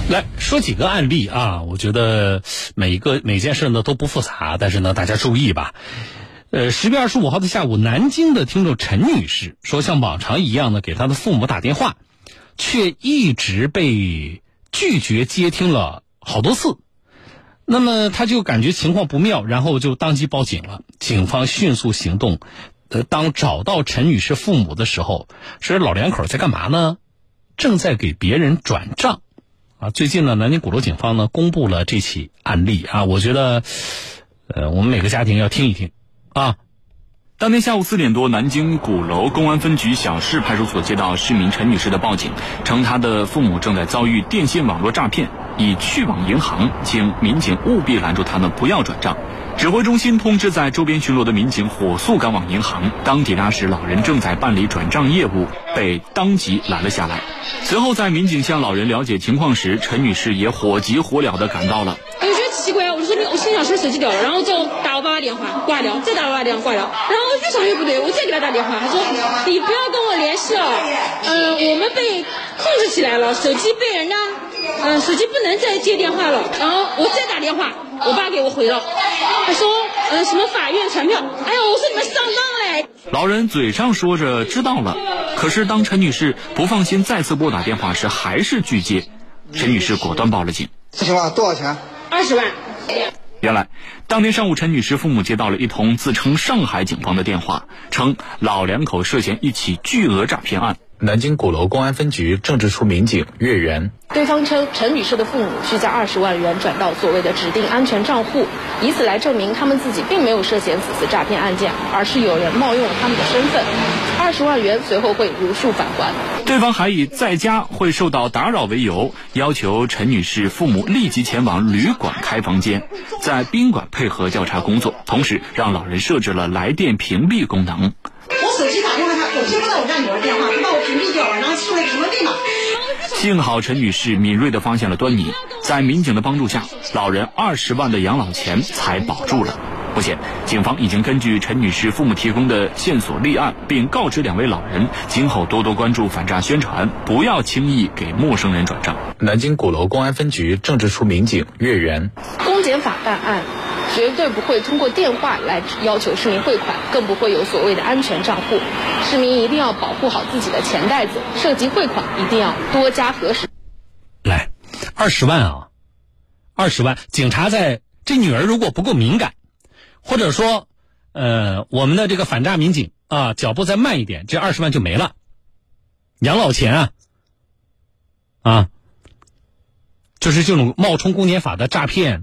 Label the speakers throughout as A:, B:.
A: 来说几个案例啊，我觉得每件事呢都不复杂，但是呢大家注意吧。10月25号的下午，南京的听众陈女士说，像往常一样呢给她的父母打电话，却一直被拒绝接听了好多次。那么她就感觉情况不妙，然后就当即报警了。警方迅速行动，当找到陈女士父母的时候，是老两口在干嘛呢？正在给别人转账。最近呢，南京鼓楼警方呢公布了这起案例啊，我觉得我们每个家庭要听一听啊。
B: 当天下午4点多，南京鼓楼公安分局小市派出所接到市民陈女士的报警，称她的父母正在遭遇电信网络诈骗，已去往银行，请民警务必拦住他们，不要转账。指挥中心通知在周边巡逻的民警火速赶往银行，当抵达时，老人正在办理转账业务，被当即拦了下来。随后在民警向老人了解情况时，陈女士也火急火燎地赶到了。
C: 我觉得奇怪，我心想是手机掉了，然后就打我爸爸电话挂掉，再打我爸爸电话挂掉，然后越想越不对，我再给他打电话，他说你不要跟我联系了，我们被控制起来了，手机被人家手机不能再接电话了，然后我再打电话，我爸给我回了，他说什么法院传票，哎呦，我说你们上当嘞！
B: 老人嘴上说着知道了，可是当陈女士不放心再次拨打电话时，还是拒接。陈女士果断报了警。
D: 不行吧？多少钱
C: ？20万。
B: 原来当天上午，陈女士父母接到了一通自称上海警方的电话，称老两口涉嫌一起巨额诈骗案。
E: 南京鼓楼公安分局政治处民警岳元，
F: 对方称陈女士的父母需将20万元转到所谓的指定安全账户，以此来证明他们自己并没有涉嫌此次诈骗案件，而是有人冒用了他们的身份。20万元随后会如数返还。
B: 对方还以在家会受到打扰为由，要求陈女士父母立即前往旅馆开房间，在宾馆配合调查工作，同时让老人设置了来电屏蔽功能。
G: 我手机打电话，他总是拨到我家女儿电话，他把我屏蔽掉了，然后输了什么密码。
B: 幸好陈女士敏锐地发现了端倪，在民警的帮助下，老人20万的养老钱才保住了。目前，警方已经根据陈女士父母提供的线索立案，并告知2位老人，今后多多关注反诈宣传，不要轻易给陌生人转账。
E: 南京鼓楼公安分局政治处民警岳元，
F: 公检法办案绝对不会通过电话来要求市民汇款，更不会有所谓的安全账户。市民一定要保护好自己的钱袋子，涉及汇款一定要多加核实。
A: 来，20万啊，20万，警察在这女儿如果不够敏感，或者说我们的这个反诈民警啊脚步再慢一点，这20万就没了。养老钱啊，就是这种冒充公检法的诈骗，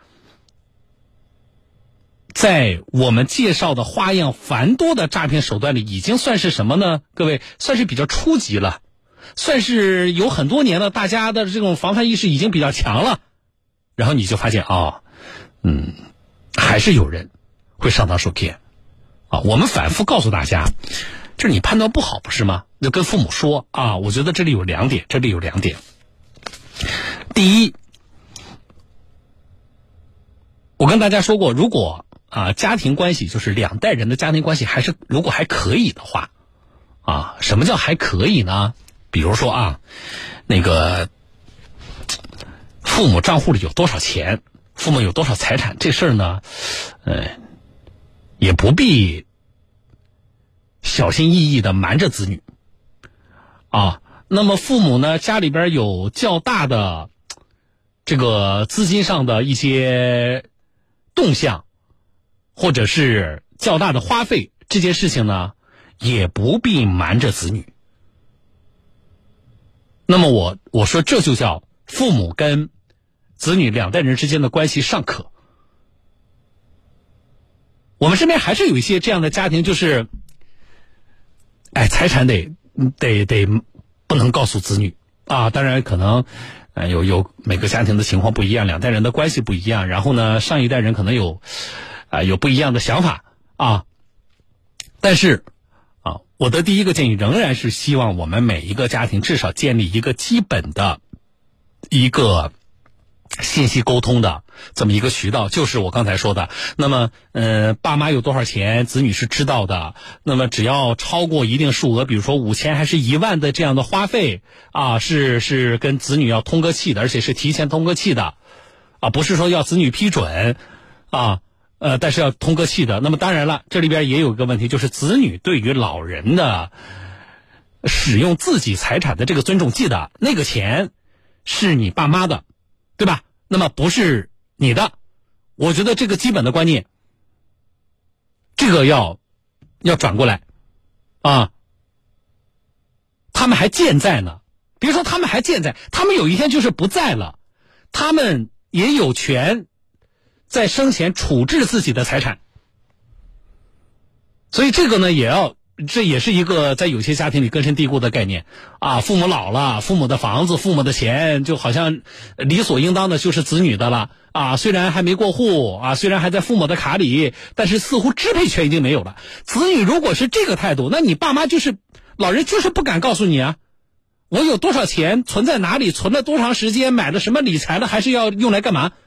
A: 在我们介绍的花样繁多的诈骗手段里，已经算是什么呢？各位，算是比较初级了，算是有很多年了，大家的这种防范意识已经比较强了。然后你就发现还是有人会上当受骗啊！我们反复告诉大家，这你判断不好不是吗？就跟父母说啊，我觉得这里有两点。第一，我跟大家说过，如果家庭关系就是2代人的家庭关系如果还可以的话什么叫还可以呢？比如说那个父母账户里有多少钱，父母有多少财产，这事儿呢也不必小心翼翼的瞒着子女那么父母呢，家里边有较大的这个资金上的一些动向，或者是较大的花费，这件事情呢也不必瞒着子女。那么我说这就叫父母跟子女2代人之间的关系尚可。我们身边还是有一些这样的家庭，就是财产得不能告诉子女当然可能有每个家庭的情况不一样，2代人的关系不一样，然后呢上一代人可能有不一样的想法但是我的第一个建议仍然是希望我们每一个家庭至少建立一个基本的一个信息沟通的这么一个渠道，就是我刚才说的。那么爸妈有多少钱，子女是知道的。那么只要超过一定数额，比如说5000还是1万的这样的花费啊，是跟子女要通个气的，而且是提前通个气的啊，不是说要子女批准啊，但是要通个气的。那么当然了，这里边也有一个问题，就是子女对于老人的使用自己财产的这个尊重，记得那个钱是你爸妈的，对吧？那么不是你的，我觉得这个基本的观念，这个要转过来啊。他们还健在呢，别说他们还健在，他们有一天就是不在了，他们也有权在生前处置自己的财产。所以这个呢，这也是一个在有些家庭里根深蒂固的概念啊。父母老了，父母的房子、父母的钱，就好像理所应当的就是子女的了啊。虽然还没过户啊，虽然还在父母的卡里，但是似乎支配权已经没有了。子女如果是这个态度，那你爸妈就是老人，就是不敢告诉你啊，我有多少钱存在哪里，存了多长时间，买了什么理财的，还是要用来干嘛？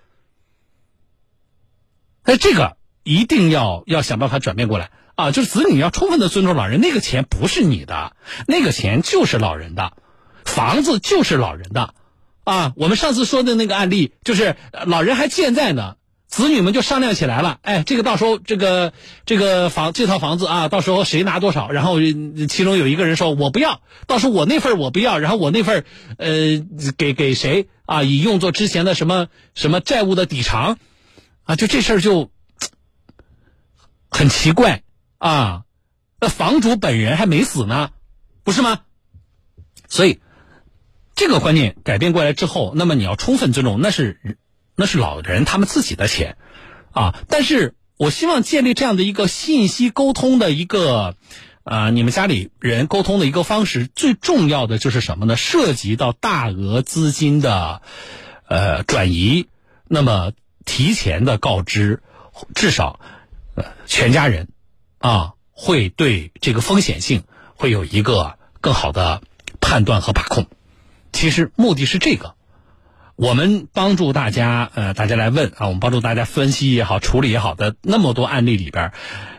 A: 这个一定要想办法转变过来啊！就是子女要充分的尊重老人，那个钱不是你的，那个钱就是老人的，房子就是老人的啊！我们上次说的那个案例，就是老人还健在呢，子女们就商量起来了，哎，这个到时候这套房子啊，到时候谁拿多少，然后其中有一个人说我不要，到时候我那份我不要，然后我那份给谁啊，以用作之前的什么债务的抵偿啊，就这事儿就很奇怪啊。那房主本人还没死呢，不是吗？所以这个观念改变过来之后，那么你要充分尊重，那是老人他们自己的钱啊。但是我希望建立这样的一个信息沟通的一个你们家里人沟通的一个方式，最重要的就是什么呢？涉及到大额资金的转移，那么提前的告知，至少全家人啊会对这个风险性会有一个更好的判断和把控。其实目的是这个，我们帮助大家大家来问啊，我们帮助大家分析也好，处理也好的那么多案例里边，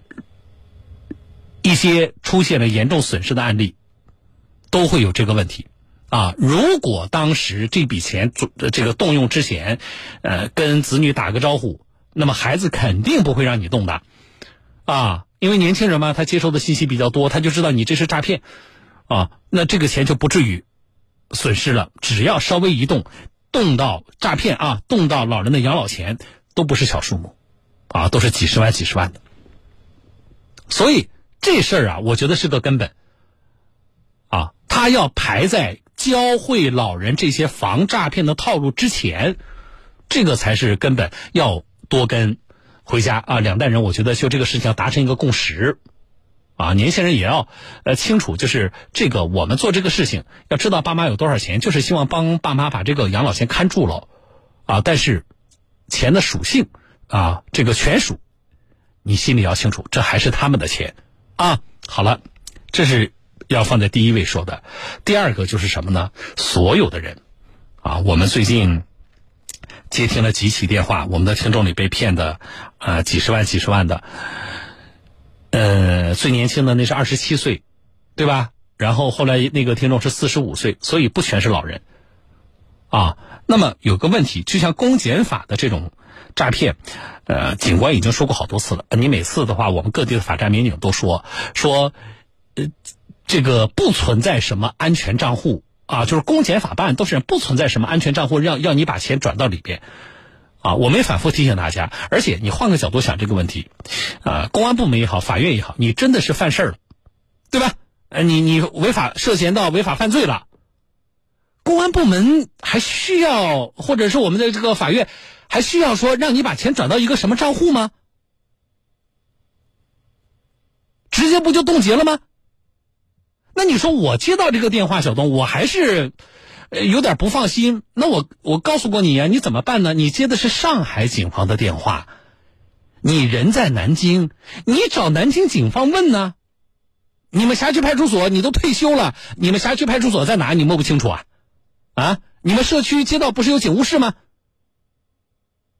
A: 一些出现了严重损失的案例都会有这个问题啊。如果当时这笔钱这个动用之前跟子女打个招呼，那么孩子肯定不会让你动的啊，因为年轻人嘛，他接受的信息比较多，他就知道你这是诈骗啊，那这个钱就不至于损失了。只要稍微一动到诈骗啊，动到老人的养老钱，都不是小数目啊，都是几十万的。所以这事儿啊，我觉得是个根本啊，他要排在教会老人这些防诈骗的套路之前，这个才是根本。要多跟回家啊，两代人我觉得就这个事情要达成一个共识啊，年轻人也要清楚，就是这个我们做这个事情要知道爸妈有多少钱，就是希望帮爸妈把这个养老钱看住了啊，但是钱的属性啊，这个权属你心里要清楚，这还是他们的钱啊。好了，这是要放在第一位说的。第二个就是什么呢？所有的人啊，我们最近接听了几起电话，我们的听众里被骗的几十万的，最年轻的那是27岁，对吧？然后后来那个听众是45岁，所以不全是老人啊。那么有个问题，就像公检法的这种诈骗，警官已经说过好多次了。你每次的话，我们各地的法诈民警都说这个不存在什么安全账户啊，就是公检法办都是不存在什么安全账户，让你把钱转到里边啊。我们也反复提醒大家，而且你换个角度想这个问题公安部门也好，法院也好，你真的是犯事了，对吧？你涉嫌到违法犯罪了，公安部门还需要，或者是我们的这个法院还需要说让你把钱转到一个什么账户吗？直接不就冻结了吗？那你说我接到这个电话，小东，我还是有点不放心。那我告诉过你啊，你怎么办呢？你接的是上海警方的电话，你人在南京，你找南京警方问呢。你们辖区派出所你都退休了，你们辖区派出所在哪？你摸不清楚啊？你们社区街道不是有警务室吗？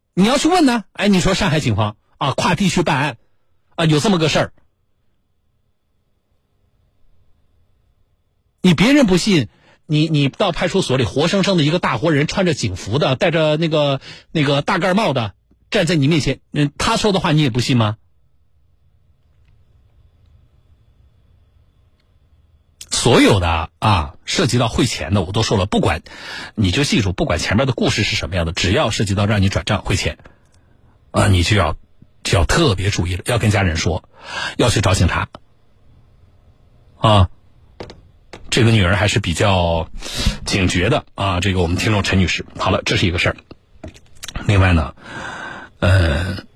A: 你要去问呢，哎，你说上海警方啊跨地区办案啊，有这么个事儿，你别人不信，你到派出所里活生生的一个大活人，穿着警服的，戴着那个大盖帽的站在你面前，他说的话你也不信吗？所有的涉及到汇钱的我都说了，不管你就记住，不管前面的故事是什么样的，只要涉及到让你转账汇钱你就要特别注意了，要跟家人说，要去找警察这个女儿还是比较警觉的这个我们听众陈女士。好了，这是一个事儿。另外呢